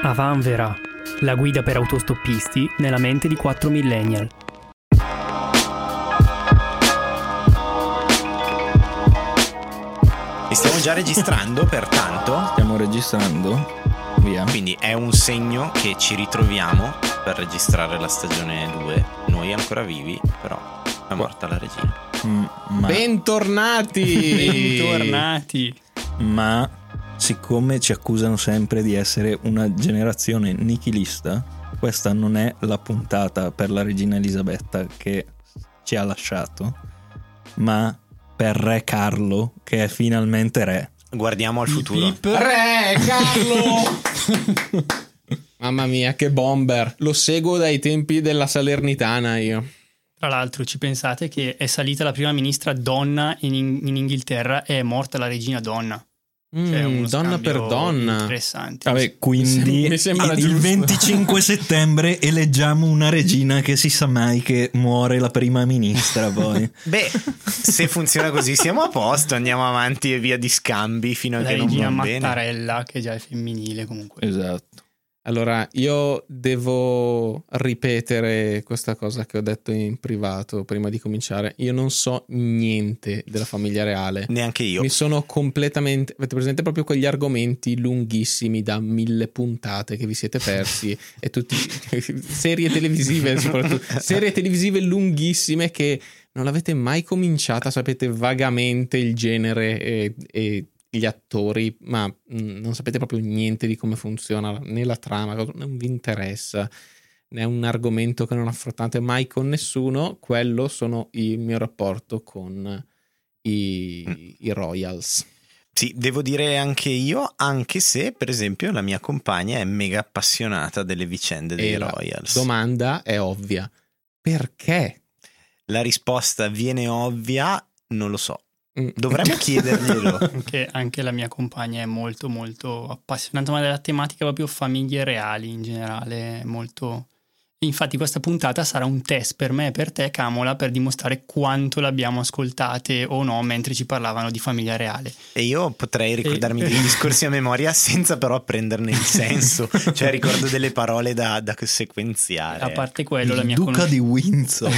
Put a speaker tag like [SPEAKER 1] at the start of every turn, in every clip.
[SPEAKER 1] Avanvera, la guida per autostoppisti nella mente di 4 millennial.
[SPEAKER 2] E stiamo già registrando, pertanto?
[SPEAKER 3] Stiamo registrando? Via.
[SPEAKER 2] Quindi è un segno che ci ritroviamo per registrare la stagione 2. Noi ancora vivi, però è morta la regina.
[SPEAKER 3] Bentornati!
[SPEAKER 1] Bentornati!
[SPEAKER 3] Ma siccome ci accusano sempre di essere una generazione nichilista, questa non è la puntata per la regina Elisabetta che ci ha lasciato, ma per re Carlo, che è finalmente re.
[SPEAKER 2] Guardiamo al futuro.
[SPEAKER 4] Re Carlo! Mamma mia, che bomber! Lo seguo dai tempi della Salernitana io.
[SPEAKER 1] Tra l'altro ci pensate che è salita la prima ministra donna in Inghilterra e è morta la regina donna. Cioè uno
[SPEAKER 4] donna per
[SPEAKER 1] scambio
[SPEAKER 4] donna.
[SPEAKER 1] interessante.
[SPEAKER 3] Vabbè, quindi
[SPEAKER 4] Mi sembra
[SPEAKER 3] il
[SPEAKER 4] giusto.
[SPEAKER 3] 25 settembre eleggiamo una regina che si sa mai che muore la prima ministra poi.
[SPEAKER 2] Beh, se funziona così siamo a posto, andiamo avanti e via di scambi fino a
[SPEAKER 1] La
[SPEAKER 2] che non
[SPEAKER 1] regina
[SPEAKER 2] va bene.
[SPEAKER 1] Mattarella, che già è femminile comunque.
[SPEAKER 3] Esatto.
[SPEAKER 4] Allora, io devo ripetere questa cosa che ho detto in privato prima di cominciare. Io non so niente della famiglia reale.
[SPEAKER 2] Neanche io.
[SPEAKER 4] Mi sono completamente... Avete presente proprio quegli argomenti lunghissimi da 1000 puntate che vi siete persi e tutti... serie televisive soprattutto. Serie televisive lunghissime che non l'avete mai cominciata, sapete vagamente il genere e gli attori, ma non sapete proprio niente di come funziona né la trama, non vi interessa, né è un argomento che non affrontate mai con nessuno. Quello sono il mio rapporto con i Royals.
[SPEAKER 2] Sì, devo dire anche io, anche se per esempio la mia compagna è mega appassionata delle vicende dei Royals.
[SPEAKER 4] La domanda è ovvia: perché?
[SPEAKER 2] La risposta viene ovvia, non lo so. Dovremmo chiederglielo.
[SPEAKER 1] Anche la mia compagna è molto molto appassionata, ma della tematica proprio famiglie reali in generale, molto. Infatti questa puntata sarà un test per me e per te, Camola, per dimostrare quanto l'abbiamo ascoltate o no mentre ci parlavano di famiglia reale.
[SPEAKER 2] E io potrei ricordarmi dei discorsi a memoria senza però apprenderne il senso. Cioè ricordo delle parole da sequenziare.
[SPEAKER 1] A parte quello, la
[SPEAKER 3] Il
[SPEAKER 1] mia
[SPEAKER 3] duca di Windsor.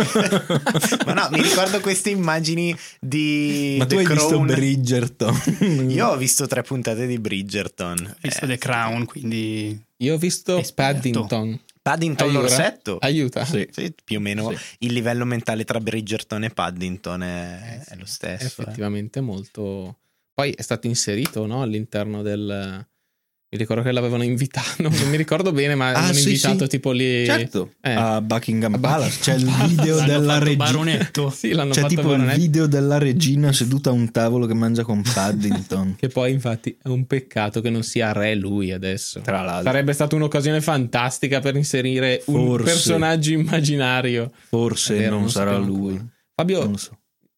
[SPEAKER 2] Ma no, mi ricordo queste immagini di
[SPEAKER 3] Ma tu hai visto
[SPEAKER 2] Crown.
[SPEAKER 3] Bridgerton?
[SPEAKER 2] Io ho visto 3 puntate di Bridgerton.
[SPEAKER 1] Ho visto The Crown, quindi
[SPEAKER 4] Io ho visto
[SPEAKER 1] Esperto.
[SPEAKER 4] Paddington.
[SPEAKER 2] Paddington
[SPEAKER 4] Aiuta?
[SPEAKER 2] l'orsetto.
[SPEAKER 4] Aiuta.
[SPEAKER 2] Sì, più o meno
[SPEAKER 4] Sì.
[SPEAKER 2] il livello mentale tra Bridgerton e Paddington è lo
[SPEAKER 4] È
[SPEAKER 2] stesso.
[SPEAKER 4] effettivamente molto. Poi è stato inserito, no, all'interno del. Mi ricordo che l'avevano invitato, non mi ricordo bene, ma avevano
[SPEAKER 3] sì,
[SPEAKER 4] invitato
[SPEAKER 3] sì.
[SPEAKER 4] tipo lì.
[SPEAKER 3] Certo, a Buckingham
[SPEAKER 4] A
[SPEAKER 3] Palace c'è il
[SPEAKER 4] Buckingham
[SPEAKER 3] video
[SPEAKER 1] l'hanno
[SPEAKER 3] della
[SPEAKER 1] fatto
[SPEAKER 3] regina.
[SPEAKER 1] baronetto.
[SPEAKER 4] Sì, l'hanno
[SPEAKER 3] C'è
[SPEAKER 4] fatto
[SPEAKER 3] tipo il
[SPEAKER 4] baronetto.
[SPEAKER 3] video della regina seduta a un tavolo che mangia con Paddington.
[SPEAKER 4] Che poi infatti è un peccato che non sia re lui adesso.
[SPEAKER 3] Tra l'altro,
[SPEAKER 4] Sarebbe stata un'occasione fantastica per inserire un
[SPEAKER 3] Forse.
[SPEAKER 4] personaggio immaginario.
[SPEAKER 3] forse
[SPEAKER 4] È vero,
[SPEAKER 3] non sarà
[SPEAKER 4] sappiamo
[SPEAKER 3] lui.
[SPEAKER 4] ancora. Fabio,
[SPEAKER 3] Non lo so.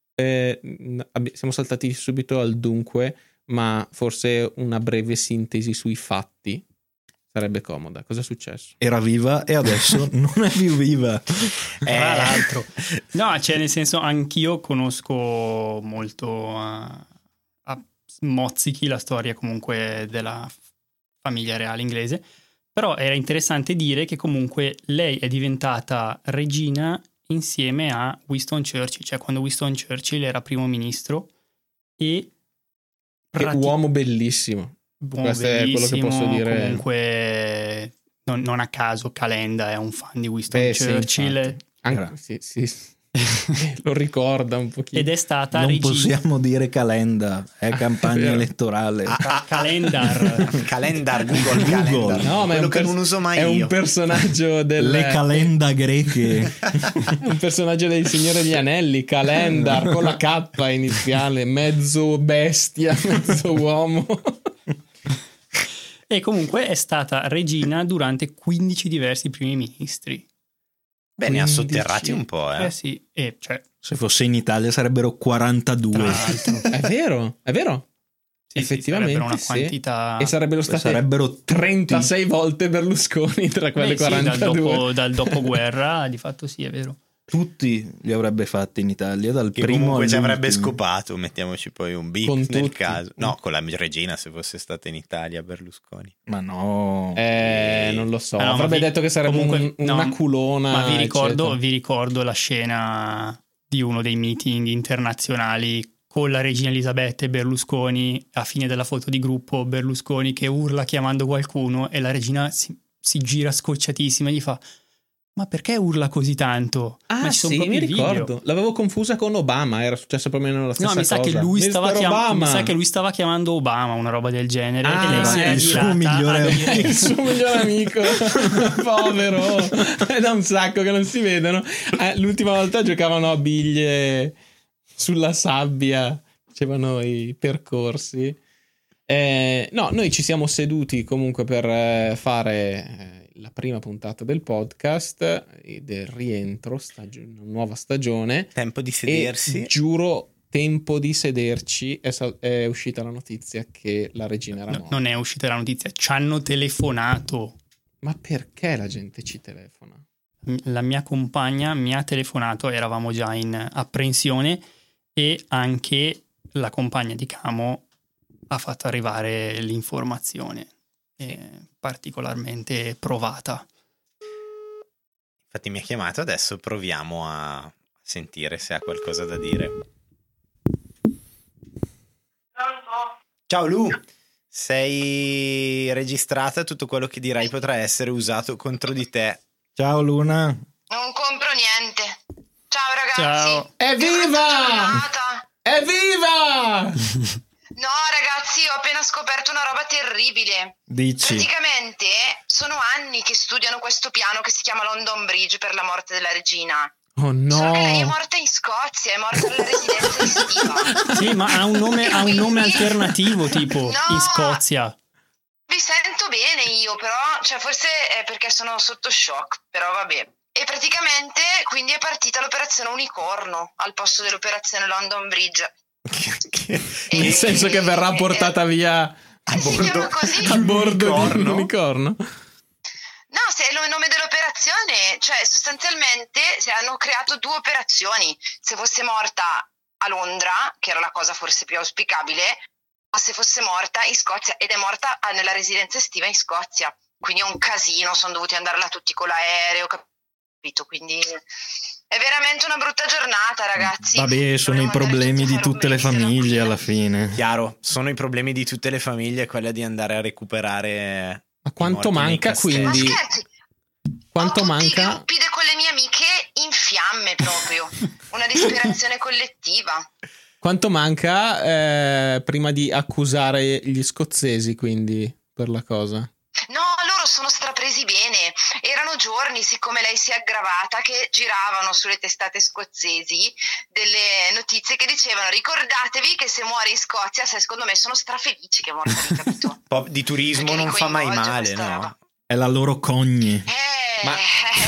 [SPEAKER 4] siamo saltati subito al dunque, ma forse una breve sintesi sui fatti sarebbe comoda. Cosa è successo?
[SPEAKER 3] Era viva e adesso non è più viva.
[SPEAKER 1] tra l'altro. No, cioè nel senso, anch'io conosco molto a mozzichi la storia comunque della famiglia reale inglese, però era interessante dire che comunque lei è diventata regina insieme a Winston Churchill, cioè quando Winston Churchill era primo ministro e
[SPEAKER 4] Uomo bellissimo. Questo è quello che posso dire.
[SPEAKER 1] Comunque non a caso Calenda è un fan di Winston
[SPEAKER 4] Sì,
[SPEAKER 1] Churchill.
[SPEAKER 4] infatti. Anche, sì. Lo ricorda un pochino.
[SPEAKER 1] Ed è stata
[SPEAKER 3] Non
[SPEAKER 1] regina.
[SPEAKER 3] possiamo dire calenda, è campagna
[SPEAKER 4] vero.
[SPEAKER 3] elettorale.
[SPEAKER 1] Calendar.
[SPEAKER 2] Calendar, Google Calendar.
[SPEAKER 4] No, ma
[SPEAKER 2] quello che non uso mai
[SPEAKER 4] è
[SPEAKER 2] io.
[SPEAKER 4] un personaggio del
[SPEAKER 3] Le calenda greche.
[SPEAKER 4] un personaggio del Signore degli Anelli, Calendar con la K iniziale, mezzo bestia, mezzo uomo.
[SPEAKER 1] E comunque è stata regina durante 15 diversi primi ministri.
[SPEAKER 2] Beh, ne ha
[SPEAKER 4] 15.
[SPEAKER 2] sotterrati un po',
[SPEAKER 1] Sì, e cioè
[SPEAKER 3] Se fosse in Italia sarebbero 42.
[SPEAKER 1] tra l'altro
[SPEAKER 4] È vero, è vero.
[SPEAKER 1] sì,
[SPEAKER 4] Effettivamente
[SPEAKER 1] sarebbero una
[SPEAKER 4] sì.
[SPEAKER 1] quantità.
[SPEAKER 4] E sarebbero state
[SPEAKER 3] Sarebbero
[SPEAKER 4] 36 volte Berlusconi tra quelle
[SPEAKER 1] Beh, sì,
[SPEAKER 4] 42.
[SPEAKER 1] dal dopoguerra di fatto sì, è vero.
[SPEAKER 3] tutti li avrebbe fatti in Italia, dal
[SPEAKER 2] Che
[SPEAKER 3] primo
[SPEAKER 2] comunque ci
[SPEAKER 3] all'ultimo.
[SPEAKER 2] avrebbe scopato, mettiamoci poi un beep
[SPEAKER 4] Con
[SPEAKER 2] nel
[SPEAKER 4] tutti.
[SPEAKER 2] caso. No, con la regina se fosse stata in Italia Berlusconi.
[SPEAKER 3] Ma no,
[SPEAKER 4] Non lo so.
[SPEAKER 1] Ah, no,
[SPEAKER 4] Avrebbe
[SPEAKER 1] ma
[SPEAKER 4] detto che sarebbe
[SPEAKER 1] comunque,
[SPEAKER 4] una
[SPEAKER 1] no,
[SPEAKER 4] culona.
[SPEAKER 1] Ma vi
[SPEAKER 4] eccetera.
[SPEAKER 1] ricordo la scena di uno dei meeting internazionali con la regina Elisabetta e Berlusconi, a fine della foto di gruppo, Berlusconi che urla chiamando qualcuno e la regina si gira scocciatissima e gli fa: ma perché urla così tanto?
[SPEAKER 4] Ah,
[SPEAKER 1] Ma ci sono
[SPEAKER 4] sì,
[SPEAKER 1] proprio
[SPEAKER 4] mi
[SPEAKER 1] i video.
[SPEAKER 4] ricordo. L'avevo confusa con Obama, era successo proprio nella stessa
[SPEAKER 1] No, mi sa
[SPEAKER 4] cosa.
[SPEAKER 1] che lui stava
[SPEAKER 4] Mr. Obama.
[SPEAKER 1] mi sa che lui stava chiamando Obama, una roba del genere,
[SPEAKER 4] Ah,
[SPEAKER 1] e lei si era
[SPEAKER 3] il suo
[SPEAKER 1] girata
[SPEAKER 3] migliore
[SPEAKER 1] a dire-
[SPEAKER 4] Il suo migliore amico. Povero. È da un sacco che non si vedono. L'ultima volta giocavano a biglie sulla sabbia, facevano i percorsi. No, noi ci siamo seduti comunque per fare la prima puntata del podcast del rientro, una nuova stagione.
[SPEAKER 2] Tempo di
[SPEAKER 4] E
[SPEAKER 2] sedersi.
[SPEAKER 4] giuro, tempo di sederci, è uscita la notizia che la regina era morta.
[SPEAKER 1] Non è uscita la notizia, ci hanno telefonato.
[SPEAKER 4] Ma perché la gente ci telefona?
[SPEAKER 1] La mia compagna mi ha telefonato, eravamo già in apprensione, e anche la compagna di Camo ha fatto arrivare l'informazione, particolarmente provata.
[SPEAKER 2] Infatti mi ha chiamato, adesso proviamo a sentire se ha qualcosa da dire. Ciao Lu, sei registrata, tutto quello che dirai potrà essere usato contro di te.
[SPEAKER 3] ciao Luna.
[SPEAKER 5] Non compro niente. Ciao ragazzi.
[SPEAKER 1] Ciao.
[SPEAKER 4] Evviva! Evviva!
[SPEAKER 5] No ragazzi, ho appena scoperto una roba terribile.
[SPEAKER 3] Dici,
[SPEAKER 5] Praticamente sono anni che studiano questo piano che si chiama London Bridge per la morte della regina.
[SPEAKER 4] Oh
[SPEAKER 5] Solo che lei è
[SPEAKER 4] no!
[SPEAKER 5] morta in Scozia, è morta nella residenza estiva.
[SPEAKER 1] Sì, ma ha un nome alternativo, tipo
[SPEAKER 5] No.
[SPEAKER 1] in Scozia.
[SPEAKER 5] Vi sento bene io, però, cioè forse è perché sono sotto shock, però vabbè. E praticamente quindi è partita l'operazione Unicorno al posto dell'operazione London Bridge.
[SPEAKER 4] Nel senso che verrà portata via
[SPEAKER 2] A
[SPEAKER 5] Si chiama così?
[SPEAKER 4] a bordo di un
[SPEAKER 2] unicorno?
[SPEAKER 4] unicorno.
[SPEAKER 5] No, se è il nome dell'operazione, cioè sostanzialmente hanno creato due operazioni. Se fosse morta a Londra, che era la cosa forse più auspicabile, o se fosse morta in Scozia, ed è morta nella residenza estiva in Scozia. Quindi è un casino, sono dovuti andare là tutti con l'aereo, capito? Quindi è veramente una brutta giornata, ragazzi.
[SPEAKER 3] vabbè, sono i
[SPEAKER 5] Dovremmo andare
[SPEAKER 3] problemi
[SPEAKER 5] tutti a
[SPEAKER 3] di
[SPEAKER 5] fare un
[SPEAKER 3] tutte le
[SPEAKER 5] brindisi alla
[SPEAKER 3] famiglie
[SPEAKER 5] mattina.
[SPEAKER 3] alla fine.
[SPEAKER 2] Chiaro, sono i problemi di tutte le famiglie, quella di andare a recuperare.
[SPEAKER 4] Ma quanto
[SPEAKER 2] i morti nei
[SPEAKER 4] manca,
[SPEAKER 2] castelli.
[SPEAKER 5] Ma
[SPEAKER 4] quindi?
[SPEAKER 5] scherzi,
[SPEAKER 4] Quanto
[SPEAKER 5] ho tutti
[SPEAKER 4] manca?
[SPEAKER 5] i gruppi con le mie amiche in fiamme proprio, una disperazione collettiva.
[SPEAKER 4] Quanto manca prima di accusare gli scozzesi, quindi, per la cosa?
[SPEAKER 5] No, loro sono strapresi bene. Erano giorni, siccome lei si è aggravata, che giravano sulle testate scozzesi delle notizie che dicevano: ricordatevi che se muore in Scozia, secondo me sono strafelici che è morta lì, capito?
[SPEAKER 2] Un po' di turismo
[SPEAKER 5] Perché
[SPEAKER 2] non
[SPEAKER 5] li
[SPEAKER 2] fa mai
[SPEAKER 5] coinvolge
[SPEAKER 2] male,
[SPEAKER 5] questa
[SPEAKER 2] no?
[SPEAKER 5] roba.
[SPEAKER 3] È la loro cogni.
[SPEAKER 2] Ma-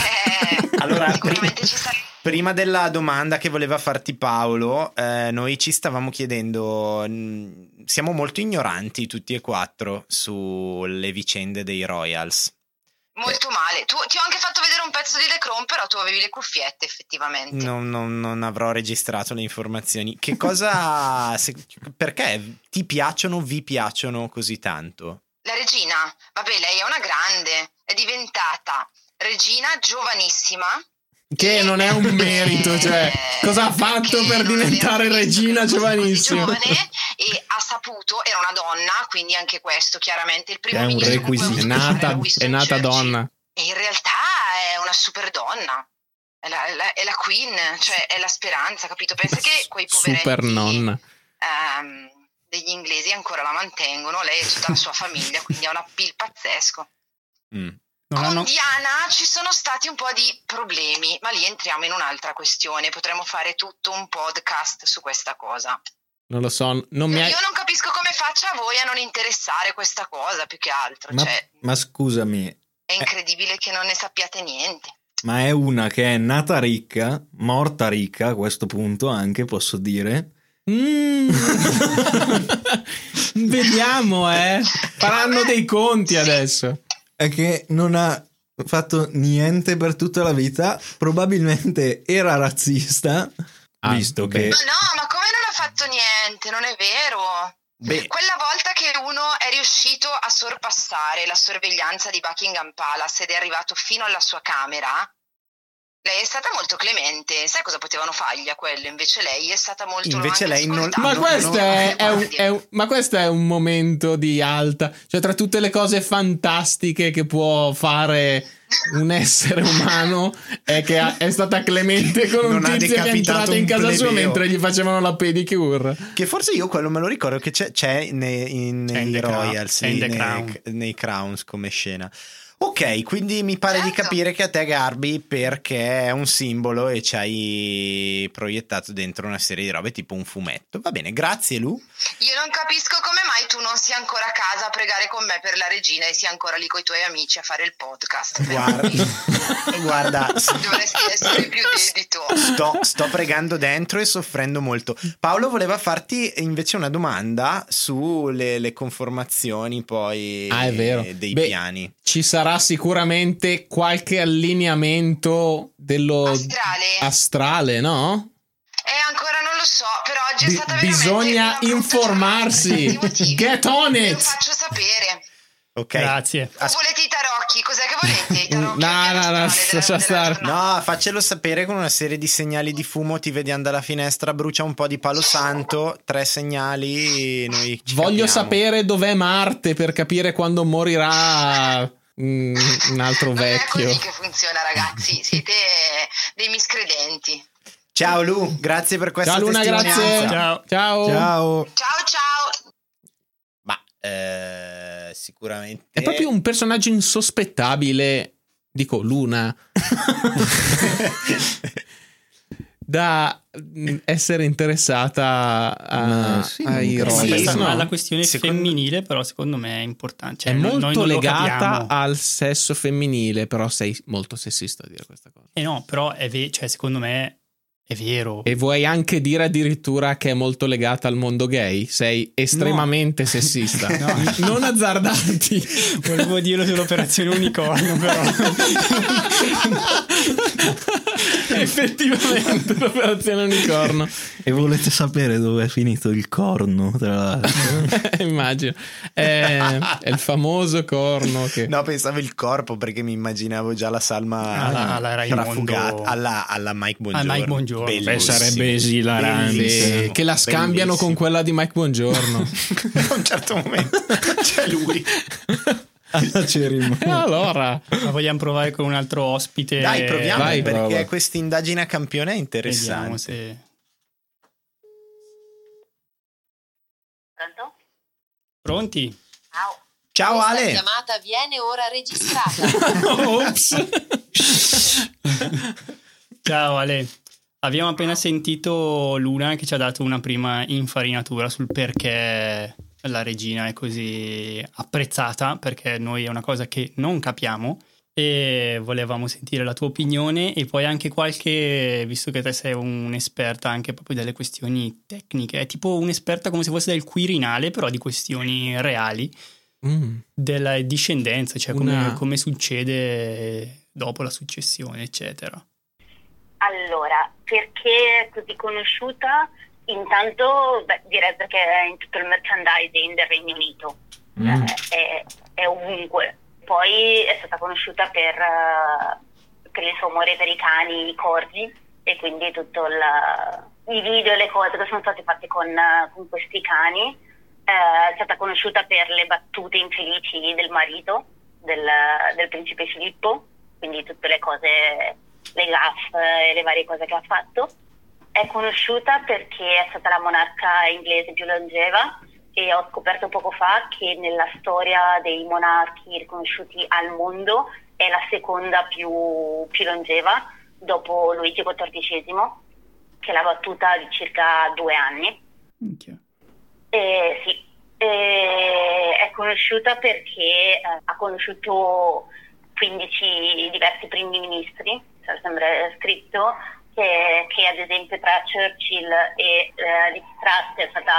[SPEAKER 2] Allora,
[SPEAKER 5] sicuramente ci sarà.
[SPEAKER 2] Prima della domanda che voleva farti Paolo, noi ci stavamo chiedendo, siamo molto ignoranti tutti e quattro sulle vicende dei Royals.
[SPEAKER 5] Molto male. Ti ho anche fatto vedere un pezzo di The Crown, però tu avevi le cuffiette, effettivamente.
[SPEAKER 2] Non avrò registrato le informazioni. Che cosa... perché ti piacciono, vi piacciono così tanto?
[SPEAKER 5] La regina, vabbè, lei è una grande, è diventata regina giovanissima.
[SPEAKER 4] Che non è un merito, cioè, cosa ha fatto
[SPEAKER 5] Perché
[SPEAKER 4] per
[SPEAKER 5] non
[SPEAKER 4] diventare
[SPEAKER 5] aveva
[SPEAKER 4] regina
[SPEAKER 5] visto che fosse così
[SPEAKER 4] giovanissima?
[SPEAKER 5] giovane, e ha saputo, era una donna, quindi anche questo chiaramente il primo
[SPEAKER 3] È un
[SPEAKER 5] ministro con cui
[SPEAKER 3] requisito.
[SPEAKER 5] ha
[SPEAKER 4] È
[SPEAKER 5] avuto a che fare
[SPEAKER 4] nata,
[SPEAKER 5] era Winston
[SPEAKER 4] è nata
[SPEAKER 5] Churchill.
[SPEAKER 4] donna.
[SPEAKER 5] E in realtà è una super donna. È la queen, cioè è la speranza, capito? Pensa che quei poveretti
[SPEAKER 4] Super nonna.
[SPEAKER 5] degli inglesi ancora la mantengono, lei e tutta la sua famiglia, quindi ha un appeal pazzesco.
[SPEAKER 1] Non
[SPEAKER 5] Con
[SPEAKER 1] hanno-
[SPEAKER 5] Diana ci sono stati un po' di problemi, ma lì entriamo in un'altra questione, potremmo fare tutto un podcast su questa cosa.
[SPEAKER 4] Non lo so, non mi hai...
[SPEAKER 5] Io non capisco come faccia a voi a non interessare questa cosa, più che altro,
[SPEAKER 3] Ma,
[SPEAKER 5] cioè
[SPEAKER 3] ma scusami,
[SPEAKER 5] è incredibile che non ne sappiate niente.
[SPEAKER 3] ma è una che è nata ricca, morta ricca a questo punto anche, posso dire.
[SPEAKER 4] Vediamo, faranno dei conti
[SPEAKER 5] Sì.
[SPEAKER 4] adesso.
[SPEAKER 3] È che non ha fatto niente per tutta la vita, probabilmente era razzista, visto che...
[SPEAKER 5] Ma no, ma come non ha fatto niente? Non è vero. Quella volta che uno è riuscito a sorpassare la sorveglianza di Buckingham Palace ed è arrivato fino alla sua camera, lei è stata molto clemente. Sai cosa potevano fargli a quello? Invece lei è stata molto...
[SPEAKER 2] Invece lei non...
[SPEAKER 4] Ma questo è un momento di alta... Cioè, tra tutte le cose fantastiche che può fare un essere umano, è che è stata clemente con un tizio che è entrato in casa sua mentre gli facevano la pedicure.
[SPEAKER 2] Che forse io quello me lo ricordo che c'è nei Royals, nei Crowns come scena. Ok, quindi mi pare di capire che a te garbi perché è un simbolo e ci hai proiettato dentro una serie di robe tipo un fumetto. Va bene, grazie Lu.
[SPEAKER 5] Io non capisco come mai tu non sia ancora a casa a pregare con me per la regina e sia ancora lì con i tuoi amici a fare il podcast.
[SPEAKER 2] Guarda,
[SPEAKER 5] dovresti essere più dedito.
[SPEAKER 2] Sto pregando dentro e soffrendo molto. Paolo voleva farti invece una domanda sulle conformazioni poi
[SPEAKER 4] è vero.
[SPEAKER 2] Dei piani.
[SPEAKER 4] Ci sarà sicuramente qualche allineamento dello astrale, no?
[SPEAKER 5] Ancora non lo so, però oggi è stata veramente
[SPEAKER 4] bisogna informarsi. Get on it.
[SPEAKER 5] Lo faccio sapere.
[SPEAKER 2] Ok,
[SPEAKER 1] grazie.
[SPEAKER 5] Volete i tarocchi? Cos'è che volete? I tarocchi?
[SPEAKER 4] No, lascia stare.
[SPEAKER 2] No, faccelo sapere con una serie di segnali di fumo. Ti vediamo dalla finestra, brucia un po' di palo santo, 3 segnali. Noi ci
[SPEAKER 4] voglio
[SPEAKER 2] capiamo.
[SPEAKER 4] Sapere dov'è Marte per capire quando morirà un altro vecchio.
[SPEAKER 5] Non è così che funziona, ragazzi. Siete dei miscredenti.
[SPEAKER 2] Ciao Lu, grazie per questa testimonianza.
[SPEAKER 4] Grazie. Ciao.
[SPEAKER 2] Ma sicuramente
[SPEAKER 4] è proprio un personaggio insospettabile, dico Luna, da essere interessata ai
[SPEAKER 1] Royals.
[SPEAKER 4] No,
[SPEAKER 1] la questione femminile, però secondo me è importante. Cioè,
[SPEAKER 4] è molto legata
[SPEAKER 1] capiamo.
[SPEAKER 4] al sesso femminile, però sei molto sessista a dire questa cosa.
[SPEAKER 1] No, però cioè, secondo me è vero.
[SPEAKER 4] E vuoi anche dire addirittura che è molto legata al mondo gay? Sei estremamente sessista.
[SPEAKER 1] No.
[SPEAKER 4] Non azzardarti.
[SPEAKER 1] Volevo dirlo sull'operazione unicorno, però.
[SPEAKER 4] Effettivamente l'operazione unicorno.
[SPEAKER 3] E volete sapere dove è finito il corno, tra l'altro?
[SPEAKER 4] Immagino. È il famoso corno che...
[SPEAKER 2] No, pensavo il corpo, perché mi immaginavo già la salma
[SPEAKER 1] alla
[SPEAKER 2] trafugata alla Mike Bongiorno.
[SPEAKER 1] Mike Bongiorno.
[SPEAKER 4] Beh, sarebbe esilarante che la scambiano con quella di Mike Bongiorno.
[SPEAKER 2] A un certo momento c'è lui
[SPEAKER 3] alla cerimonia.
[SPEAKER 4] E allora
[SPEAKER 1] ma vogliamo provare con un altro ospite?
[SPEAKER 2] Dai, proviamo.
[SPEAKER 4] Vai,
[SPEAKER 2] perché
[SPEAKER 4] prova.
[SPEAKER 2] questa indagine a campione è interessante.
[SPEAKER 1] Vediamo se...
[SPEAKER 5] Pronto?
[SPEAKER 1] Pronti?
[SPEAKER 2] Ciao
[SPEAKER 6] Questa
[SPEAKER 2] Ale.
[SPEAKER 6] chiamata viene ora registrata.
[SPEAKER 1] Ops. Ciao Ale. Abbiamo appena sentito Luna che ci ha dato una prima infarinatura sul perché la regina è così apprezzata, perché noi è una cosa che non capiamo e volevamo sentire la tua opinione e poi anche qualche, visto che te sei un'esperta anche proprio delle questioni tecniche, è tipo un'esperta come se fosse del Quirinale, però di questioni reali della discendenza, cioè come succede dopo la successione, eccetera.
[SPEAKER 7] Allora, perché è così conosciuta? Intanto direi perché è in tutto il merchandising del Regno Unito, è ovunque. Poi è stata conosciuta per il suo amore per i cani, i corgi, e quindi tutto i video e le cose che sono state fatte con questi cani. È stata conosciuta per le battute infelici del marito, del principe Filippo, quindi tutte le cose, le gaffe e le varie cose che ha fatto. È conosciuta perché è stata la monarca inglese più longeva e ho scoperto poco fa che nella storia dei monarchi riconosciuti al mondo è la seconda più longeva dopo Luigi XIV, che l'ha battuta di circa 2 anni. Sì. È conosciuta perché ha conosciuto 15 diversi primi ministri, sembra scritto, che ad esempio tra Churchill e Liz Truss è stata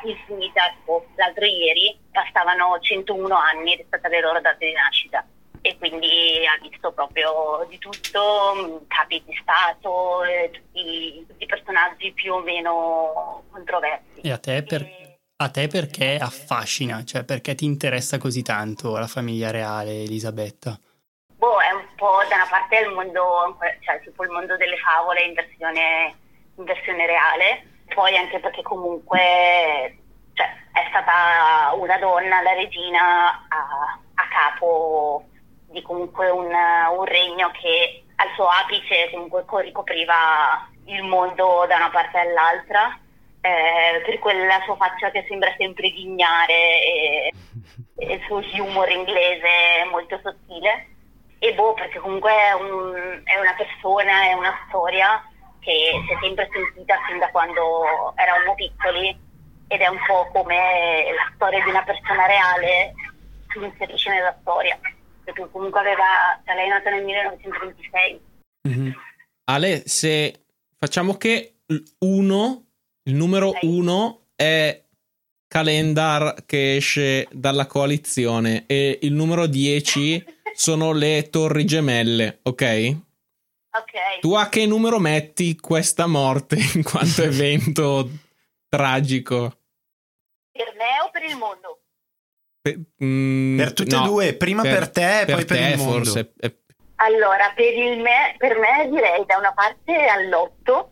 [SPEAKER 7] infinita, tipo l'altro ieri bastavano 101 anni rispetto alle loro date di nascita, e quindi ha visto proprio di tutto, capi di Stato, tutti i personaggi più o meno controversi.
[SPEAKER 1] E a te perché affascina? Cioè, perché ti interessa così tanto la famiglia reale, Elisabetta?
[SPEAKER 7] È un po' da una parte il mondo, cioè tipo il mondo delle favole in versione reale, poi anche perché comunque è stata una donna, la regina, a capo di comunque un regno che al suo apice comunque ricopriva il mondo da una parte all'altra, per quella sua faccia che sembra sempre ghignare e il suo humor inglese molto sottile, e perché comunque è una persona, è una storia che si è sempre sentita fin da quando eravamo piccoli, ed è un po' come la storia di una persona reale si inserisce nella storia, perché comunque lei è nata nel 1926.
[SPEAKER 4] Mm-hmm. Ale, se facciamo che il numero 1 è Calendar che esce dalla coalizione e il numero 10 sono le Torri Gemelle, ok?
[SPEAKER 7] Ok.
[SPEAKER 4] Tu a che numero metti questa morte in quanto evento tragico?
[SPEAKER 7] Per me o per il mondo?
[SPEAKER 2] Per tutte e due, prima per te e poi per il mondo.
[SPEAKER 4] Forse.
[SPEAKER 7] Allora, per me direi da una parte all'8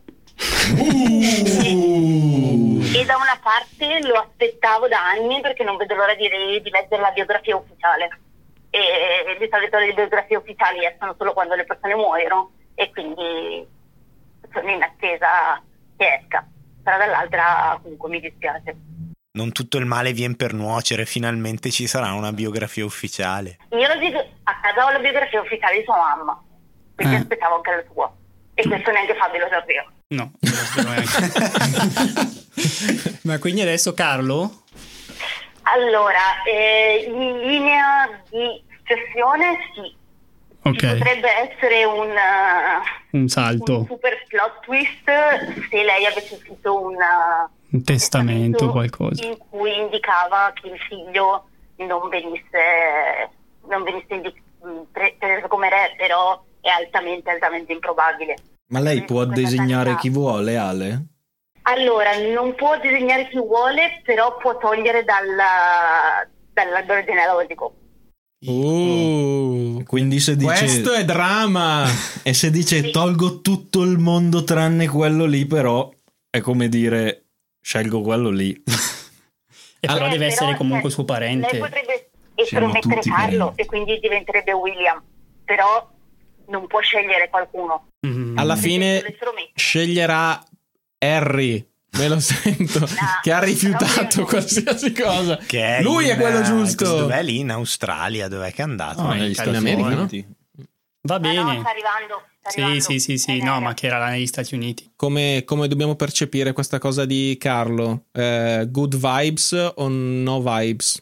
[SPEAKER 7] e da una parte lo aspettavo da anni perché non vedo l'ora di leggere la biografia ufficiale, e di solito le biografie ufficiali escono solo quando le persone muoiono e quindi sono in attesa che esca, però dall'altra comunque mi dispiace.
[SPEAKER 2] Non tutto il male viene per nuocere, finalmente ci sarà una biografia ufficiale.
[SPEAKER 7] Io a casa ho la biografia ufficiale di sua mamma, quindi aspettavo anche la sua, e questo neanche Fabio lo sapeva.
[SPEAKER 1] No, ma quindi adesso Carlo?
[SPEAKER 7] Allora, in linea di successione sì.
[SPEAKER 1] Okay.
[SPEAKER 7] Potrebbe essere
[SPEAKER 1] un salto,
[SPEAKER 7] un super plot twist se lei avesse scritto un
[SPEAKER 1] testamento, qualcosa
[SPEAKER 7] in cui indicava che il figlio non venisse preso come re, però è altamente improbabile.
[SPEAKER 3] Ma lei può disegnare chi vuole, Ale?
[SPEAKER 7] Allora, non può disegnare chi vuole, però può togliere dall'albero genealogico.
[SPEAKER 3] Quindi se dice
[SPEAKER 4] questo è drama.
[SPEAKER 3] E se dice tolgo tutto il mondo tranne quello lì, però è come dire scelgo quello lì.
[SPEAKER 1] E però deve essere comunque suo parente.
[SPEAKER 7] Lei potrebbe estromettere Carlo e quindi diventerebbe William, però non può scegliere qualcuno.
[SPEAKER 4] Alla fine sceglierà Harry, me lo sento, che ha rifiutato qualsiasi cosa.
[SPEAKER 2] Che
[SPEAKER 4] lui è quello giusto.
[SPEAKER 2] Dov'è lì? In Australia? Dov'è che è andato?
[SPEAKER 3] No, negli Stati
[SPEAKER 4] America,
[SPEAKER 3] Uniti.
[SPEAKER 4] no?
[SPEAKER 1] Va bene.
[SPEAKER 7] No, sta arrivando.
[SPEAKER 1] Sì, no, ma che era là negli Stati Uniti.
[SPEAKER 4] Come dobbiamo percepire questa cosa di Carlo? Good vibes o no vibes?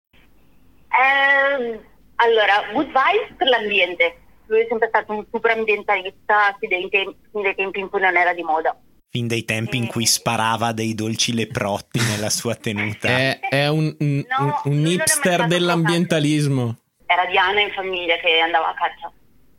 [SPEAKER 7] Allora, good vibes per l'ambiente. Lui è sempre stato un super ambientalista fin dai tempi in cui non era di moda.
[SPEAKER 2] Fin dai tempi in cui sparava dei dolci leprotti nella sua tenuta.
[SPEAKER 4] È un hipster dell'ambientalismo.
[SPEAKER 7] Era Diana in famiglia che andava a caccia.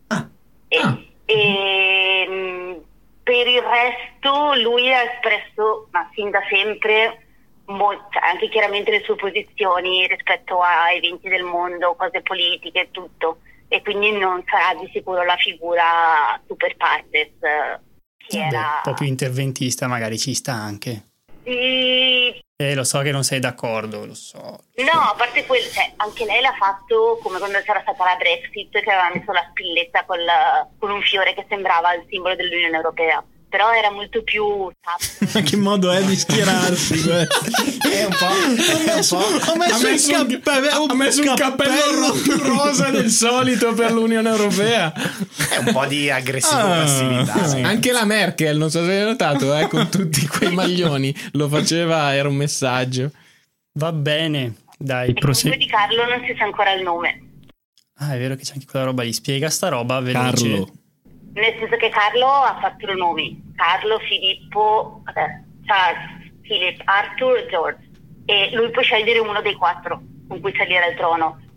[SPEAKER 7] E per il resto lui ha espresso, ma fin da sempre, anche chiaramente le sue posizioni rispetto a eventi del mondo, cose politiche e tutto, e quindi non sarà di sicuro la figura super partes che era
[SPEAKER 1] un po' più interventista, magari ci sta anche.
[SPEAKER 7] Sì.
[SPEAKER 1] Lo so che non sei d'accordo, lo so.
[SPEAKER 7] No, a parte quello, anche lei l'ha fatto come quando c'era stata la Brexit, che aveva messo la spilletta con un fiore che sembrava il simbolo dell'Unione Europea. Però era molto più
[SPEAKER 3] Ma che modo è di schierarsi?
[SPEAKER 2] È un po'.
[SPEAKER 4] Ha messo un cappello più rosa del solito per l'Unione Europea.
[SPEAKER 2] È un po' di aggressivo-passività.
[SPEAKER 4] Sì. Anche la Merkel, non so se hai notato, con tutti quei maglioni lo faceva, era un messaggio.
[SPEAKER 1] Va bene, dai,
[SPEAKER 7] prosegui. Di Carlo non si sa ancora il nome.
[SPEAKER 1] Ah, è vero che c'è anche quella roba lì. Spiega sta roba veloce.
[SPEAKER 3] Carlo.
[SPEAKER 7] Nel senso che Carlo ha 4 nomi: Carlo, Filippo, Charles, Philip, Arthur, George, e lui può scegliere uno dei 4 con cui salire al trono.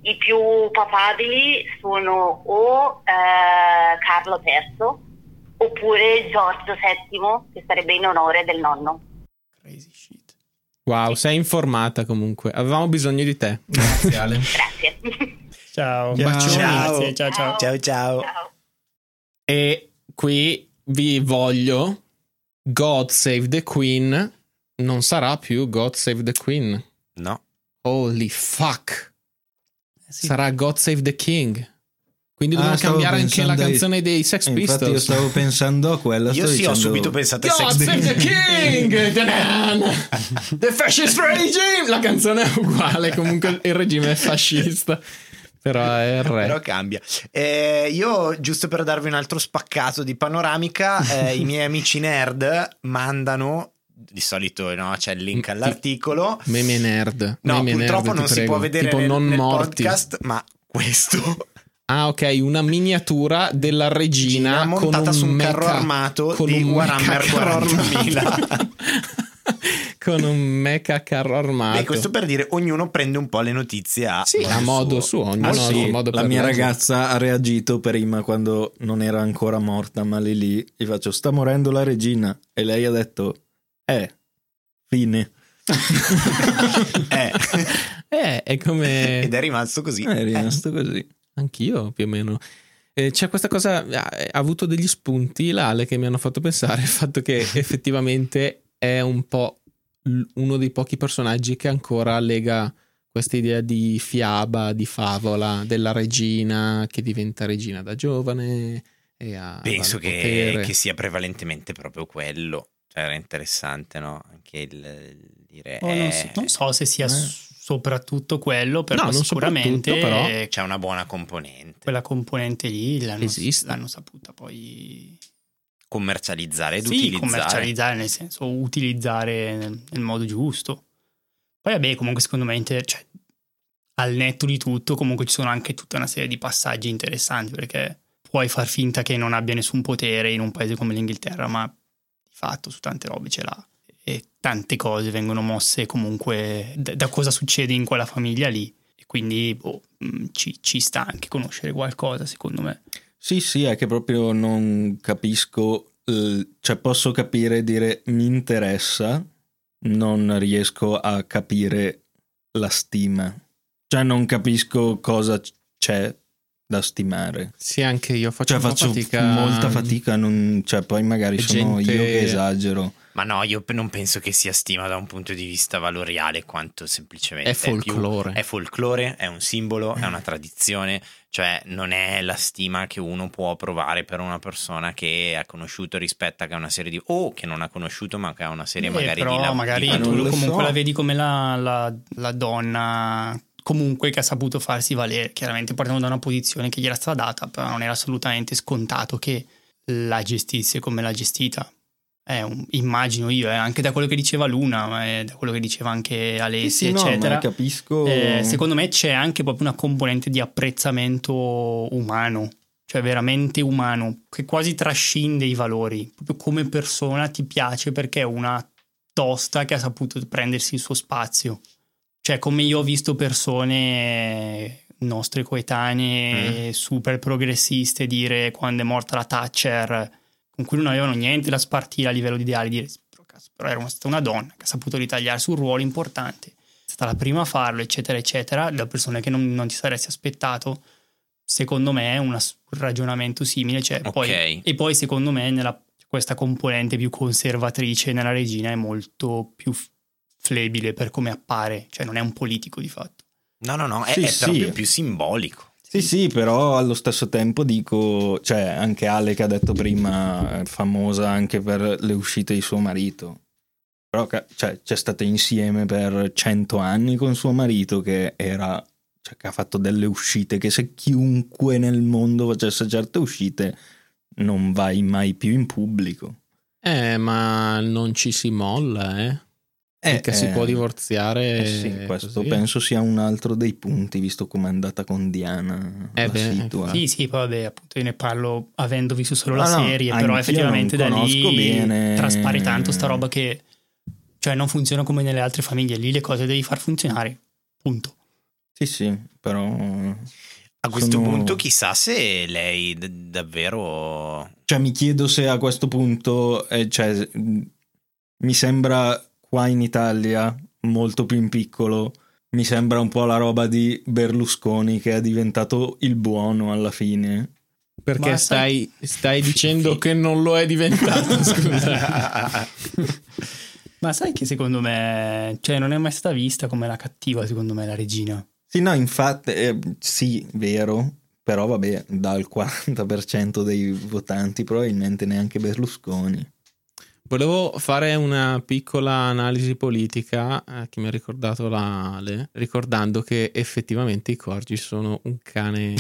[SPEAKER 7] I più papabili sono o Carlo III oppure Giorgio VII, che sarebbe in onore del nonno.
[SPEAKER 1] Crazy shit.
[SPEAKER 4] Wow, sei informata comunque. Avevamo bisogno di te. Grazie Ale.
[SPEAKER 7] Grazie.
[SPEAKER 1] Ciao.
[SPEAKER 2] Ciao.
[SPEAKER 1] Ciao.
[SPEAKER 2] Ciao.
[SPEAKER 4] E qui vi voglio God Save the Queen. Non sarà più God Save the Queen.
[SPEAKER 2] No.
[SPEAKER 4] Holy fuck.
[SPEAKER 1] Sì.
[SPEAKER 4] Sarà God Save the King. Quindi dobbiamo cambiare anche la canzone dei Sex Pistols.
[SPEAKER 3] Infatti io stavo pensando a quella.
[SPEAKER 2] Io sì, ho subito pensato a
[SPEAKER 4] God
[SPEAKER 2] Sex
[SPEAKER 4] Save the
[SPEAKER 2] Pistols.
[SPEAKER 4] King. The fascist regime. La canzone è uguale. Comunque il regime è fascista. Però è il re.
[SPEAKER 2] Però cambia. Io, giusto per darvi un altro spaccato di panoramica, i miei amici nerd mandano, di solito no, c'è il link all'articolo.
[SPEAKER 4] Meme nerd.
[SPEAKER 2] No,
[SPEAKER 4] Meme
[SPEAKER 2] purtroppo
[SPEAKER 4] nerd,
[SPEAKER 2] non si può vedere
[SPEAKER 4] tipo non
[SPEAKER 2] nel
[SPEAKER 4] morti.
[SPEAKER 2] podcast, ma questo.
[SPEAKER 4] Ah, ok, una miniatura della regina
[SPEAKER 2] montata su un carro
[SPEAKER 4] mecha,
[SPEAKER 2] armato
[SPEAKER 4] con
[SPEAKER 2] di
[SPEAKER 4] un
[SPEAKER 2] Warhammer
[SPEAKER 4] carro
[SPEAKER 2] 40.000.
[SPEAKER 4] Con un mecha carro armato.
[SPEAKER 2] Beh, questo per dire, ognuno prende un po' le notizie a
[SPEAKER 4] modo suo. Ognuno ha il suo modo
[SPEAKER 3] la
[SPEAKER 4] per
[SPEAKER 3] mia
[SPEAKER 4] leggere.
[SPEAKER 3] ragazza ha reagito prima quando non era ancora morta, ma lì gli faccio: sta morendo la regina, e lei ha detto fine.
[SPEAKER 4] È come
[SPEAKER 2] ed è rimasto così.
[SPEAKER 3] È rimasto così.
[SPEAKER 4] anch'io più o meno. C'è questa cosa, ha avuto degli spunti l'Ale che mi hanno fatto pensare il fatto che effettivamente è un po' uno dei pochi personaggi che ancora lega questa idea di fiaba, di favola della regina che diventa regina da giovane e
[SPEAKER 2] penso che sia prevalentemente proprio quello. Cioè, era interessante, no? Anche il dire
[SPEAKER 1] non so se sia soprattutto quello, però sicuramente
[SPEAKER 4] però
[SPEAKER 2] c'è una buona componente.
[SPEAKER 1] Quella componente lì l'hanno saputa poi
[SPEAKER 2] commercializzare ed utilizzare.
[SPEAKER 1] Commercializzare nel senso utilizzare nel modo giusto. Poi vabbè, comunque secondo me al netto di tutto comunque ci sono anche tutta una serie di passaggi interessanti, perché puoi far finta che non abbia nessun potere in un paese come l'Inghilterra, ma di fatto su tante robe ce l'ha, e tante cose vengono mosse comunque da cosa succede in quella famiglia lì, e quindi ci sta anche conoscere qualcosa, secondo me.
[SPEAKER 3] Sì, è che proprio non capisco, cioè posso capire e dire mi interessa, non riesco a capire la stima, cioè non capisco cosa c'è da stimare.
[SPEAKER 4] Sì, anche io faccio
[SPEAKER 3] molta fatica, cioè poi magari sono io che esagero.
[SPEAKER 2] Ma no, io non penso che sia stima da un punto di vista valoriale, quanto semplicemente
[SPEAKER 4] è folklore.
[SPEAKER 2] È folklore, è un simbolo, è una tradizione, cioè non è la stima che uno può provare per una persona che ha conosciuto, rispetta che ha una serie di che non ha conosciuto ma che ha una serie magari
[SPEAKER 1] però
[SPEAKER 2] di
[SPEAKER 1] magari
[SPEAKER 2] di
[SPEAKER 1] tu comunque la vedi come la donna comunque che ha saputo farsi valere, chiaramente partendo da una posizione che gli era stata data, però non era assolutamente scontato che la gestisse come l'ha gestita. Immagino io, anche da quello che diceva Luna, ma da quello che diceva anche Alessia, eccetera.
[SPEAKER 3] No, capisco.
[SPEAKER 1] Secondo me c'è anche proprio una componente di apprezzamento umano, cioè veramente umano, che quasi trascende i valori. Proprio come persona ti piace perché è una tosta che ha saputo prendersi il suo spazio. Cioè, come io ho visto persone nostre coetanee super progressiste dire quando è morta la Thatcher, con cui non avevano niente da spartire a livello di ideali, dire però era stata una donna che ha saputo ritagliarsi un ruolo importante, è stata la prima a farlo, eccetera eccetera, da persone che non ti saresti aspettato. Secondo me è un ragionamento simile, cioè, poi secondo me questa componente più conservatrice nella regina è molto più flebile per come appare, cioè non è un politico di fatto.
[SPEAKER 2] No, è proprio più simbolico.
[SPEAKER 3] Sì, però allo stesso tempo dico, cioè anche Ale che ha detto prima è famosa anche per le uscite di suo marito, però c'è stata insieme per 100 anni con suo marito che ha fatto delle uscite che se chiunque nel mondo facesse certe uscite non vai mai più in pubblico.
[SPEAKER 4] Ma non ci si molla, Perché si può divorziare.
[SPEAKER 3] Sì, questo penso sia un altro dei punti, visto come è andata con Diana.
[SPEAKER 1] Sì, poi vabbè, appunto io ne parlo avendo visto solo la serie, però effettivamente da lì traspare tanto sta roba che cioè non funziona come nelle altre famiglie, lì le cose devi far funzionare, punto.
[SPEAKER 3] Sì, però...
[SPEAKER 2] A questo punto chissà se lei davvero...
[SPEAKER 3] Cioè mi chiedo se a questo punto, cioè, mi sembra qua in Italia molto più in piccolo, mi sembra un po' la roba di Berlusconi che è diventato il buono alla fine.
[SPEAKER 4] Perché
[SPEAKER 1] Ma
[SPEAKER 4] stai dicendo che non lo è diventato, scusa.
[SPEAKER 1] Ma sai che secondo me, cioè non è mai stata vista come la cattiva, secondo me, la regina.
[SPEAKER 3] Sì, no, infatti, sì, vero, però vabbè, dal 40% dei votanti probabilmente neanche Berlusconi.
[SPEAKER 4] Volevo fare una piccola analisi politica che mi ha ricordato la Ale, ricordando che effettivamente i corgi sono un cane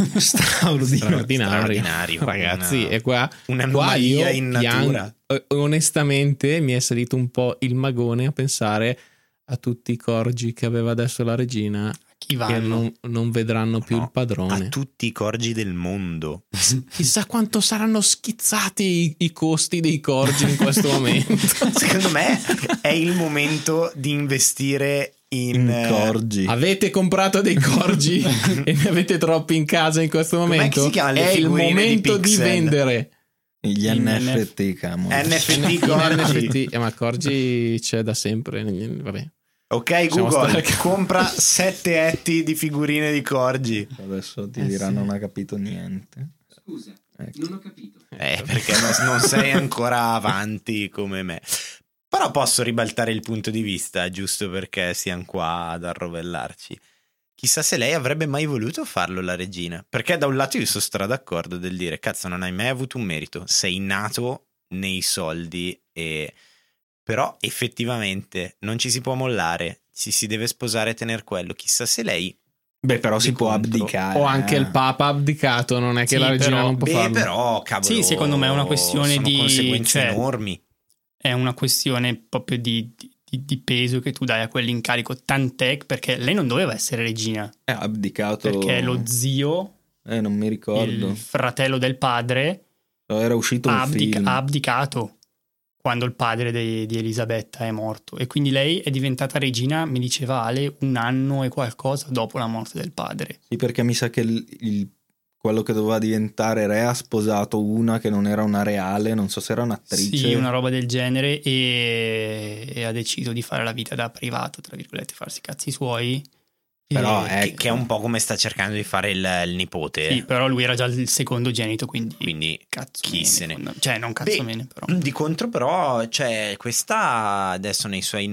[SPEAKER 4] straordinario. Ragazzi, e qua
[SPEAKER 2] un'anomalia
[SPEAKER 4] io
[SPEAKER 2] in natura.
[SPEAKER 4] Onestamente mi è salito un po' il magone a pensare a tutti i corgi che aveva adesso la regina, che non vedranno più il padrone.
[SPEAKER 2] A tutti i corgi del mondo.
[SPEAKER 4] Chissà quanto saranno schizzati i costi dei corgi in questo momento.
[SPEAKER 2] Secondo me è il momento di investire in
[SPEAKER 3] corgi.
[SPEAKER 4] Avete comprato dei corgi e ne avete troppi in casa in questo momento? È il momento di vendere
[SPEAKER 3] gli NFT, camo.
[SPEAKER 2] NFT corgi.
[SPEAKER 4] Ma corgi c'è da sempre. Vabbè.
[SPEAKER 2] Ok, Google, compra 7 etti di figurine di corgi.
[SPEAKER 3] Adesso ti diranno non ha capito niente.
[SPEAKER 8] Scusa, non ho capito.
[SPEAKER 2] Perché non sei ancora avanti come me. Però posso ribaltare il punto di vista, giusto perché siamo qua ad arrovellarci. Chissà se lei avrebbe mai voluto farlo, la regina. Perché da un lato io sono d'accordo del dire, cazzo, non hai mai avuto un merito. Sei nato nei soldi e... Però effettivamente non ci si può mollare, si deve sposare e tener quello. Chissà se lei...
[SPEAKER 3] Beh, però si può abdicare.
[SPEAKER 4] O anche il Papa ha abdicato, non è che la regina non può farlo.
[SPEAKER 2] Però, cavolo,
[SPEAKER 1] sì, secondo me è una questione
[SPEAKER 2] sono
[SPEAKER 1] di
[SPEAKER 2] conseguenze enormi.
[SPEAKER 1] È una questione proprio di peso che tu dai a quell'incarico, tant'è perché lei non doveva essere regina.
[SPEAKER 3] È abdicato.
[SPEAKER 1] Perché lo zio,
[SPEAKER 3] non mi ricordo,
[SPEAKER 1] il fratello del padre,
[SPEAKER 3] era uscito un film.
[SPEAKER 1] Ha abdicato quando il padre di Elisabetta è morto, e quindi lei è diventata regina, mi diceva Ale, 1 anno e qualcosa dopo la morte del padre.
[SPEAKER 3] Sì, perché mi sa che quello che doveva diventare re ha sposato una che non era una reale, non so se era un'attrice.
[SPEAKER 1] Sì, una roba del genere, e ha deciso di fare la vita da privato, tra virgolette, farsi i cazzi suoi.
[SPEAKER 2] Però che è un po' come sta cercando di fare il nipote.
[SPEAKER 1] Sì, però lui era già il secondogenito, quindi
[SPEAKER 2] cazzo chi se ne...
[SPEAKER 1] Cioè, non cazzo mene, però.
[SPEAKER 2] Di contro però, cioè, questa adesso nei suoi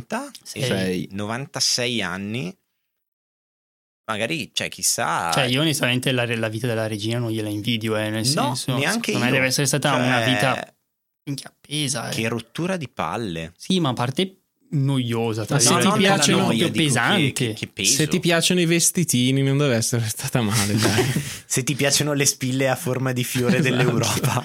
[SPEAKER 2] 96 anni, magari, cioè, chissà...
[SPEAKER 1] Cioè, io onestamente la vita della regina non gliela invidio, nel senso...
[SPEAKER 2] neanche io.
[SPEAKER 1] Me deve essere stata una vita minchia pesa.
[SPEAKER 2] Che rottura di palle.
[SPEAKER 1] Sì, ma a parte... noiosa,
[SPEAKER 4] se ti piacciono
[SPEAKER 1] proprio pesante.
[SPEAKER 2] Che peso.
[SPEAKER 4] Se ti piacciono i vestitini non deve essere stata male, dai.
[SPEAKER 2] Se ti piacciono le spille a forma di fiore dell'Europa.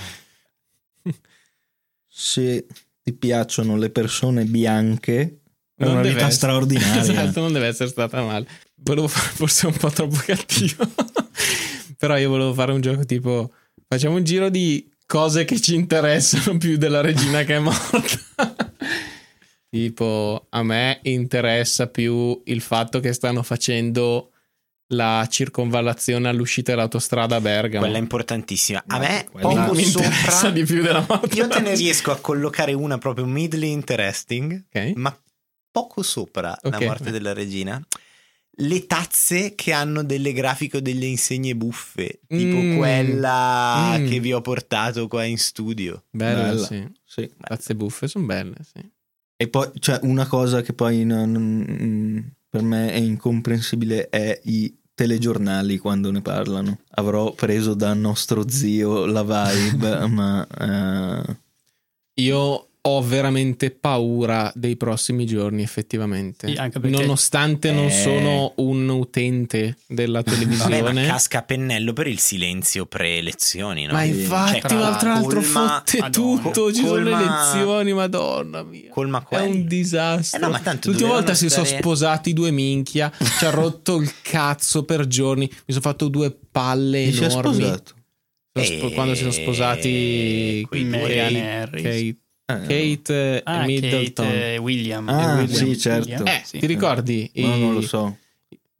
[SPEAKER 3] Se ti piacciono le persone bianche è una vita straordinaria.
[SPEAKER 4] Esatto, non deve essere stata male. Volevo fare forse un po' troppo cattivo. Però io volevo fare un gioco tipo facciamo un giro di cose che ci interessano più della regina che è morta. Tipo, a me interessa più il fatto che stanno facendo la circonvallazione all'uscita dell'autostrada a Bergamo.
[SPEAKER 2] Quella è importantissima. A me
[SPEAKER 4] poco mi interessa di più della morte.
[SPEAKER 2] Io te ne riesco a collocare una proprio middle interesting,
[SPEAKER 4] okay,
[SPEAKER 2] ma poco sopra la morte della regina. Le tazze che hanno delle grafiche o delle insegne buffe, tipo quella che vi ho portato qua in studio.
[SPEAKER 4] Bella. Sì. Tazze buffe sono belle, sì.
[SPEAKER 3] E poi, cioè, una cosa che poi per me è incomprensibile è i telegiornali quando ne parlano. Avrò preso da nostro zio la vibe, ma...
[SPEAKER 4] Io ho veramente paura dei prossimi giorni, effettivamente. Sì, anche perché nonostante non sono un utente della televisione.
[SPEAKER 2] Vabbè, ma casca a pennello per il silenzio pre-elezioni, no?
[SPEAKER 4] Ma infatti, tra l'altro fotte tutto, ci sono le elezioni, madonna mia.
[SPEAKER 2] Colma
[SPEAKER 4] è un disastro.
[SPEAKER 2] Ma tanto
[SPEAKER 4] l'ultima volta si sono sposati 2 minchia, ci ha rotto il cazzo per giorni, mi sono fatto 2 palle enormi.
[SPEAKER 3] Si è sposato?
[SPEAKER 4] Quando si sono sposati
[SPEAKER 1] Meghan e Harry.
[SPEAKER 4] Kate Middleton
[SPEAKER 1] e William.
[SPEAKER 3] Sì, certo.
[SPEAKER 1] Sì.
[SPEAKER 4] Ti ricordi?
[SPEAKER 3] No, non lo so.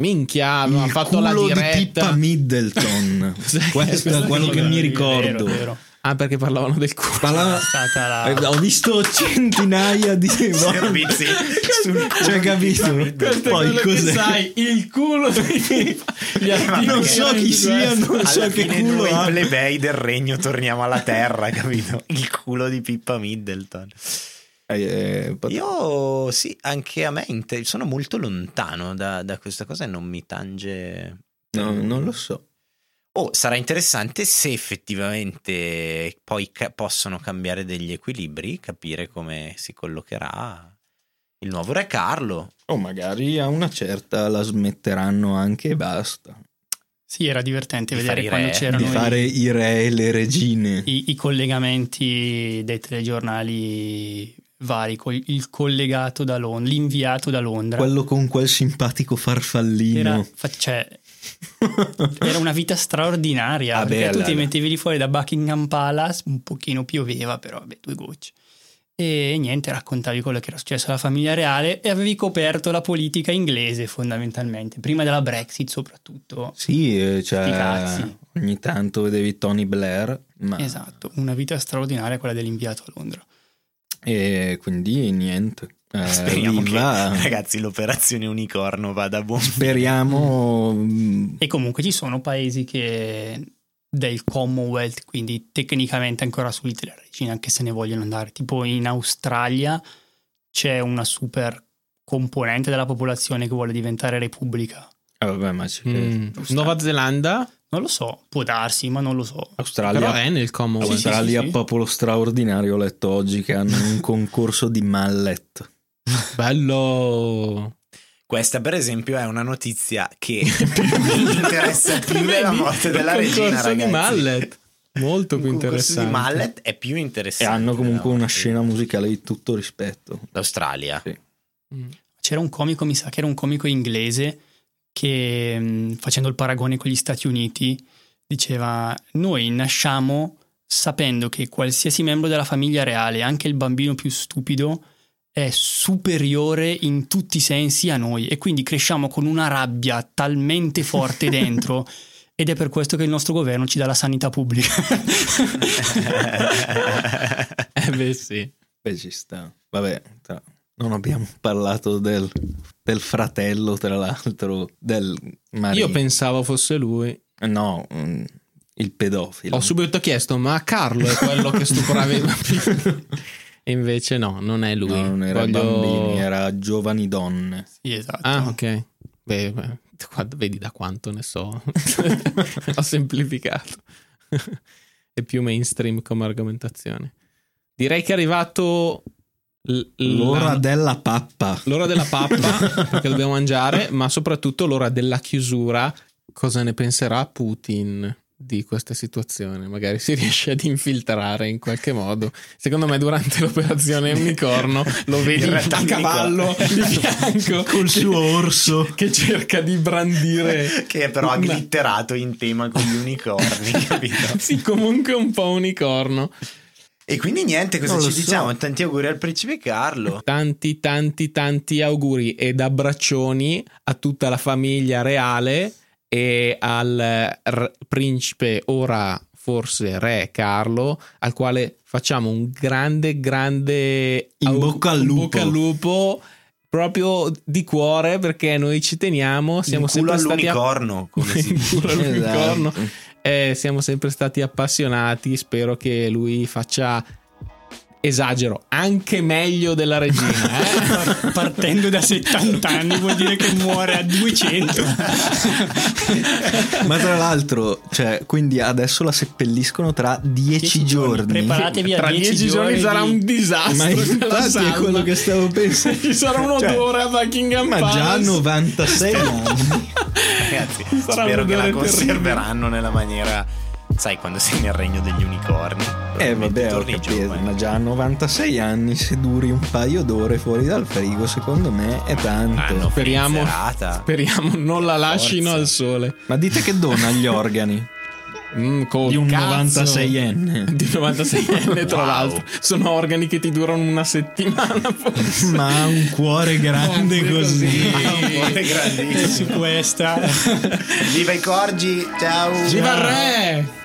[SPEAKER 4] Minchia, hanno fatto la
[SPEAKER 3] diretta
[SPEAKER 4] diretta
[SPEAKER 3] di Pippa Middleton. Questo è quello che mi ricordo.
[SPEAKER 1] Vero.
[SPEAKER 4] Ah, perché parlavano del culo.
[SPEAKER 3] Ho visto centinaia di
[SPEAKER 2] servizi sul
[SPEAKER 3] cioè, capito?
[SPEAKER 4] Poi cos'è? Sai, il culo
[SPEAKER 3] non so chi sia, non so che culo
[SPEAKER 2] noi
[SPEAKER 3] ha.
[SPEAKER 2] plebei del regno torniamo alla terra, capito? Il culo di Pippa Middleton. Io sì, anche a me sono molto lontano da questa cosa e non mi tange.
[SPEAKER 3] No, non lo so.
[SPEAKER 2] Sarà interessante se effettivamente poi possono cambiare degli equilibri, capire come si collocherà il nuovo re Carlo.
[SPEAKER 3] O magari a una certa la smetteranno anche e basta.
[SPEAKER 1] Sì, era divertente
[SPEAKER 2] Di
[SPEAKER 1] vedere
[SPEAKER 2] fare
[SPEAKER 1] quando
[SPEAKER 2] re.
[SPEAKER 1] c'erano
[SPEAKER 3] Di fare i re e le regine.
[SPEAKER 1] i collegamenti dei telegiornali vari, il collegato da Londra, l'inviato da Londra.
[SPEAKER 3] Quello con quel simpatico farfallino.
[SPEAKER 1] Era una vita straordinaria, perché tu ti mettevi lì fuori da Buckingham Palace, un pochino pioveva, però vabbè, 2 gocce. E niente, raccontavi quello che era successo alla famiglia reale e avevi coperto la politica inglese fondamentalmente, prima della Brexit soprattutto.
[SPEAKER 3] Sì, cioè ogni tanto vedevi Tony Blair.
[SPEAKER 1] Esatto, una vita straordinaria quella dell'inviato a Londra.
[SPEAKER 3] E quindi niente.
[SPEAKER 2] Speriamo che, ragazzi, l'operazione unicorno vada a buon fine.
[SPEAKER 3] Speriamo.
[SPEAKER 1] E comunque ci sono paesi che del Commonwealth, quindi tecnicamente ancora sudditi la regina, anche se ne vogliono andare. Tipo in Australia c'è una super componente della popolazione che vuole diventare repubblica.
[SPEAKER 3] Vabbè, ma
[SPEAKER 4] Nuova Zelanda?
[SPEAKER 1] Non lo so, può darsi, ma non lo so.
[SPEAKER 3] Australia,
[SPEAKER 4] però è nel Commonwealth.
[SPEAKER 3] Australia,
[SPEAKER 1] sì.
[SPEAKER 3] popolo straordinario. Ho letto oggi che hanno un concorso di mallet.
[SPEAKER 4] Bello.
[SPEAKER 2] Questa per esempio è una notizia che mi interessa più della morte della regina, ragazzi.
[SPEAKER 4] Di mallet. Molto più interessante.
[SPEAKER 2] Il mallet è più interessante.
[SPEAKER 3] E hanno comunque una scena musicale di tutto rispetto.
[SPEAKER 2] L'Australia.
[SPEAKER 3] Sì.
[SPEAKER 1] C'era un comico, mi sa che era un comico inglese, che facendo il paragone con gli Stati Uniti diceva: noi nasciamo sapendo che qualsiasi membro della famiglia reale, anche il bambino più stupido, è superiore in tutti i sensi a noi, e quindi cresciamo con una rabbia talmente forte dentro, ed è per questo che il nostro governo ci dà la sanità pubblica.
[SPEAKER 4] Beh sì.
[SPEAKER 3] Beh, ci sta. Vabbè, non abbiamo parlato del fratello, tra l'altro, del marito.
[SPEAKER 4] Io pensavo fosse lui.
[SPEAKER 3] No, il pedofilo.
[SPEAKER 4] Ho subito chiesto, ma Carlo è quello che stuprava i bambini? E invece no, non è lui.
[SPEAKER 3] No, non era bambini, era giovani donne.
[SPEAKER 1] Sì, esatto.
[SPEAKER 4] Ah, ok. Beh, vedi da quanto ne so. Ho semplificato. È più mainstream come argomentazione. Direi che è arrivato
[SPEAKER 3] l'ora della pappa.
[SPEAKER 4] L'ora della pappa, perché dobbiamo mangiare, ma soprattutto l'ora della chiusura. Cosa ne penserà Putin di questa situazione? Magari si riesce ad infiltrare in qualche modo. Secondo me durante l'operazione Unicorno lo vedi a cavallo di fianco
[SPEAKER 3] col suo orso
[SPEAKER 4] che cerca di brandire,
[SPEAKER 2] che è però agglitterato in tema con gli unicorni, capito?
[SPEAKER 4] Sì, comunque un po' unicorno.
[SPEAKER 2] E quindi niente, cosa ci diciamo? Tanti auguri al principe Carlo.
[SPEAKER 4] Tanti auguri ed abbraccioni a tutta la famiglia reale e al principe, ora forse re Carlo, al quale facciamo un grande
[SPEAKER 3] in bocca al lupo
[SPEAKER 4] proprio di cuore, perché noi ci teniamo, siamo sempre stati
[SPEAKER 2] all'unicorno, come si dice.
[SPEAKER 4] Siamo sempre stati appassionati. Spero che lui faccia, esagero, anche meglio della regina,
[SPEAKER 1] partendo da 70 anni vuol dire che muore a 200.
[SPEAKER 3] Ma tra l'altro, cioè, quindi adesso la seppelliscono tra 10 giorni.
[SPEAKER 1] Preparatevi a
[SPEAKER 4] tra 10 giorni sarà un disastro.
[SPEAKER 3] Ma infatti è quello che stavo pensando.
[SPEAKER 4] Ci sarà un odore a Buckingham Palace.
[SPEAKER 3] Ma già 96 anni.
[SPEAKER 2] Ragazzi, spero che la conserveranno nella maniera, sai, quando sei nel regno degli unicorni.
[SPEAKER 3] Vabbè, ho capito, ma già a 96 anni, se duri un paio d'ore fuori dal frigo, secondo me è tanto.
[SPEAKER 4] Speriamo non la lascino al sole.
[SPEAKER 3] Ma dite che dona gli organi? Di un 96enne.
[SPEAKER 4] Di un 96enne, tra l'altro. Sono organi che ti durano una settimana forse.
[SPEAKER 3] Ma ha un cuore grande così.
[SPEAKER 2] Ha un cuore grandissimo.
[SPEAKER 1] Su questa.
[SPEAKER 2] Viva i corgi, ciao.
[SPEAKER 4] Viva il re!